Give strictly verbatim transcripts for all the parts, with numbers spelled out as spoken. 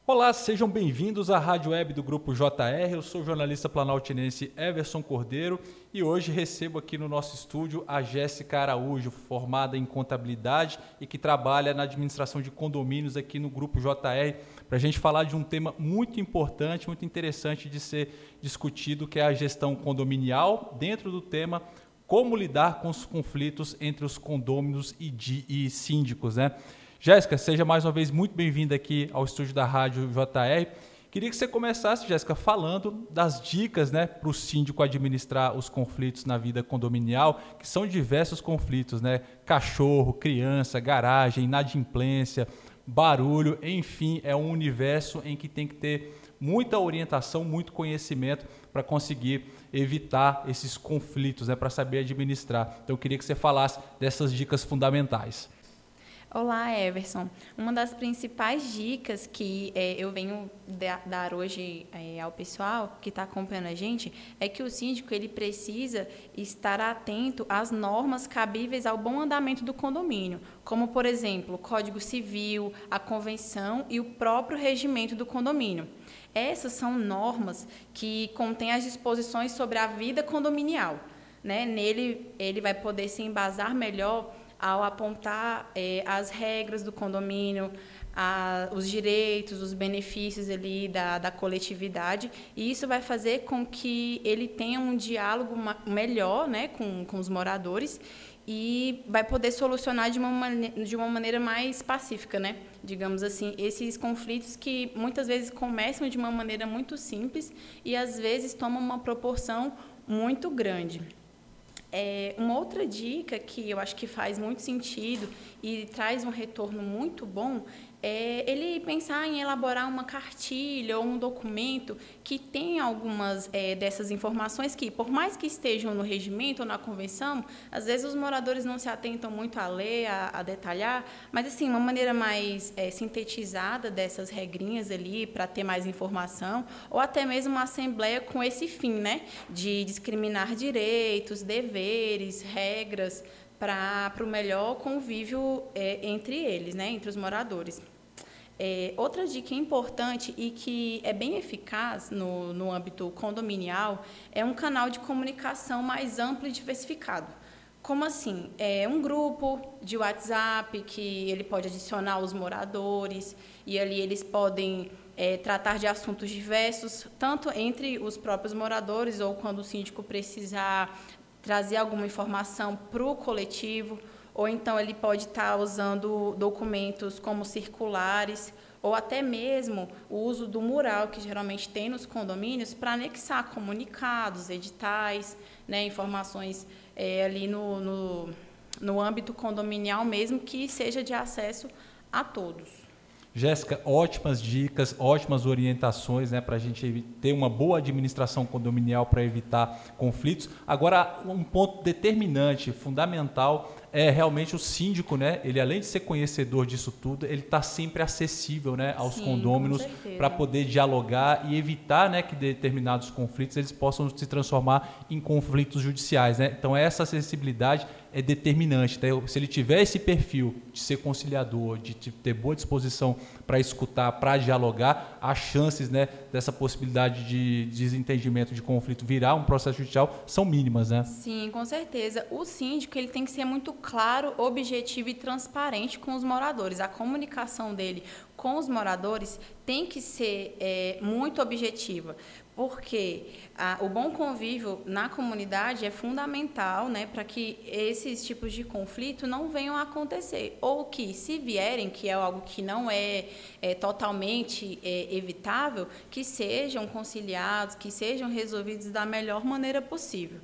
Olá, sejam bem-vindos à Rádio Web do Grupo J R. Eu sou o jornalista planaltinense Everson Cordeiro e hoje recebo aqui no nosso estúdio a Jéssica Araújo, formada em contabilidade e que trabalha na administração de condomínios aqui no Grupo J R, para a gente falar de um tema muito importante, muito interessante de ser discutido, que é a gestão condominial, dentro do tema como lidar com os conflitos entre os condôminos e, de, e síndicos, né? Jéssica, seja mais uma vez muito bem-vinda aqui ao estúdio da Rádio J R. Queria que você começasse, Jéssica, falando das dicas, né, para o síndico administrar os conflitos na vida condominial, que são diversos conflitos, né? Cachorro, criança, garagem, inadimplência, barulho, enfim, é um universo em que tem que ter muita orientação, muito conhecimento para conseguir evitar esses conflitos, né, para saber administrar. Então, eu queria que você falasse dessas dicas fundamentais. Olá, Everson. Uma das principais dicas que é, eu venho dar hoje é, ao pessoal que está acompanhando a gente é que o síndico ele precisa estar atento às normas cabíveis ao bom andamento do condomínio, como, por exemplo, o Código Civil, a Convenção e o próprio regimento do condomínio. Essas são normas que contêm as disposições sobre a vida condominial, né? Nele, ele vai poder se embasar melhor ao apontar é, as regras do condomínio, a, os direitos, os benefícios ali da, da coletividade, e isso vai fazer com que ele tenha um diálogo melhor, né, com, com os moradores e vai poder solucionar de uma, maneira, de uma maneira mais pacífica, né? Digamos assim, esses conflitos que muitas vezes começam de uma maneira muito simples e às vezes tomam uma proporção muito grande. É, uma outra dica que eu acho que faz muito sentido e traz um retorno muito bom é ele pensar em elaborar uma cartilha ou um documento que tenha algumas é, dessas informações que, por mais que estejam no regimento ou na convenção, às vezes os moradores não se atentam muito a ler, a, a detalhar, mas assim, uma maneira mais é, sintetizada dessas regrinhas ali para ter mais informação, ou até mesmo uma assembleia com esse fim, né, de discriminar direitos, deveres, regras, para o melhor convívio é, entre eles, né, entre os moradores. É, outra dica importante e que é bem eficaz no, no âmbito condominial é um canal de comunicação mais amplo e diversificado. Como assim? É um grupo de WhatsApp que ele pode adicionar os moradores e ali eles podem é, tratar de assuntos diversos, tanto entre os próprios moradores ou quando o síndico precisar trazer alguma informação para o coletivo, ou então ele pode estar usando documentos como circulares, ou até mesmo o uso do mural, que geralmente tem nos condomínios, para anexar comunicados, editais, né, informações é, ali no, no, no âmbito condominial mesmo, que seja de acesso a todos. Jéssica, ótimas dicas, ótimas orientações, né, para a gente ter uma boa administração condominial para evitar conflitos. Agora, um ponto determinante, fundamental, é realmente o síndico, né? Ele, além de ser conhecedor disso tudo, ele está sempre acessível, né, aos Sim, condôminos para poder dialogar e evitar, né, que determinados conflitos eles possam se transformar em conflitos judiciais, né? Então, essa acessibilidade é determinante. Então, se ele tiver esse perfil de ser conciliador, de ter boa disposição para escutar, para dialogar, as chances, né, dessa possibilidade de desentendimento, de conflito virar um processo judicial são mínimas, né? Sim, com certeza. O síndico ele tem que ser muito claro, objetivo e transparente com os moradores. A comunicação dele com os moradores tem que ser é, muito objetiva, porque ah, o bom convívio na comunidade é fundamental, né, para que esses tipos de conflito não venham a acontecer, ou que, se vierem, que é algo que não é, é totalmente é, evitável, que sejam conciliados, que sejam resolvidos da melhor maneira possível.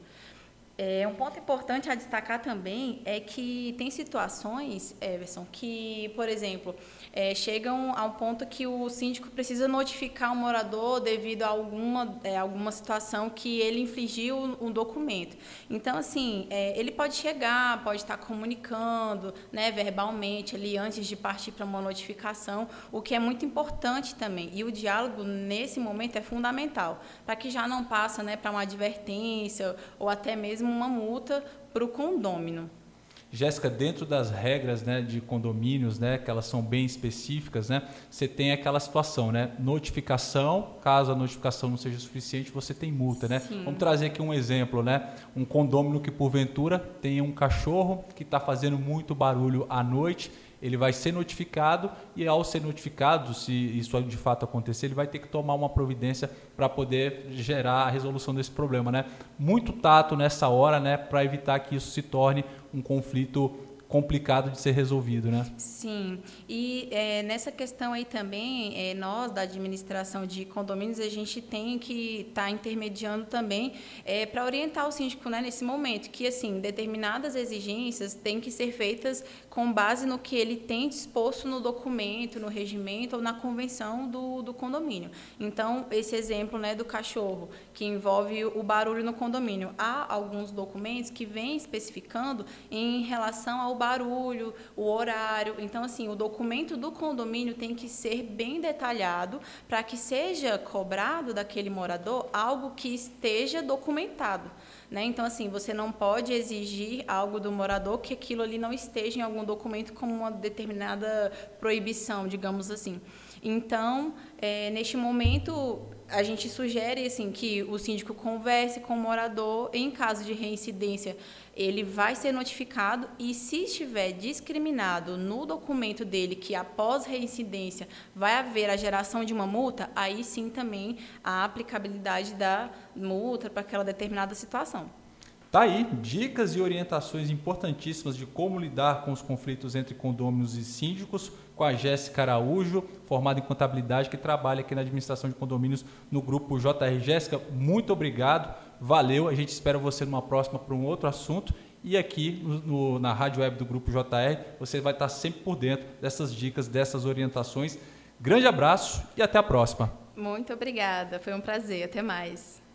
É, um ponto importante a destacar também é que tem situações, Everson, que, por exemplo, é, chegam ao ponto que o síndico precisa notificar o morador devido a alguma, é, alguma situação que ele infligiu um documento. Então, assim, é, ele pode chegar, pode estar comunicando, né, verbalmente ali antes de partir para uma notificação, o que é muito importante também. E o diálogo, nesse momento, é fundamental, para que já não passe, né, para uma advertência ou até mesmo uma multa para o condômino. Jéssica, dentro das regras, né, de condomínios, né, que elas são bem específicas, né, você tem aquela situação, né, notificação, caso a notificação não seja suficiente, você tem multa, né? Sim. Vamos trazer aqui um exemplo, né, um condômino que porventura tem um cachorro que está fazendo muito barulho à noite, ele vai ser notificado e, ao ser notificado, se isso de fato acontecer, ele vai ter que tomar uma providência para poder gerar a resolução desse problema, né? Muito tato nessa hora, né, para evitar que isso se torne um conflito complicado de ser resolvido, né? Sim, e é, nessa questão aí também, é, nós da administração de condomínios, a gente tem que estar tá intermediando também é, para orientar o síndico, né, nesse momento, que assim, determinadas exigências têm que ser feitas com base no que ele tem disposto no documento, no regimento ou na convenção do, do condomínio. Então, esse exemplo, né, do cachorro, que envolve o barulho no condomínio, há alguns documentos que vêm especificando em relação ao barulho, o horário. Então, assim, o documento do condomínio tem que ser bem detalhado para que seja cobrado daquele morador algo que esteja documentado, né? Então, assim, você não pode exigir algo do morador que aquilo ali não esteja em algum documento como uma determinada proibição, digamos assim. Então, é, neste momento, a gente sugere assim, que o síndico converse com o morador. Em caso de reincidência, ele vai ser notificado e, se estiver discriminado no documento dele que, após reincidência, vai haver a geração de uma multa, aí sim também a aplicabilidade da multa para aquela determinada situação. Tá aí, dicas e orientações importantíssimas de como lidar com os conflitos entre condôminos e síndicos, com a Jéssica Araújo, formada em contabilidade, que trabalha aqui na administração de condomínios no grupo J R. Jéssica, muito obrigado, valeu, a gente espera você numa próxima para um outro assunto. E aqui no, no, na rádio web do grupo J R, você vai estar sempre por dentro dessas dicas, dessas orientações. Grande abraço e até a próxima. Muito obrigada, foi um prazer, até mais.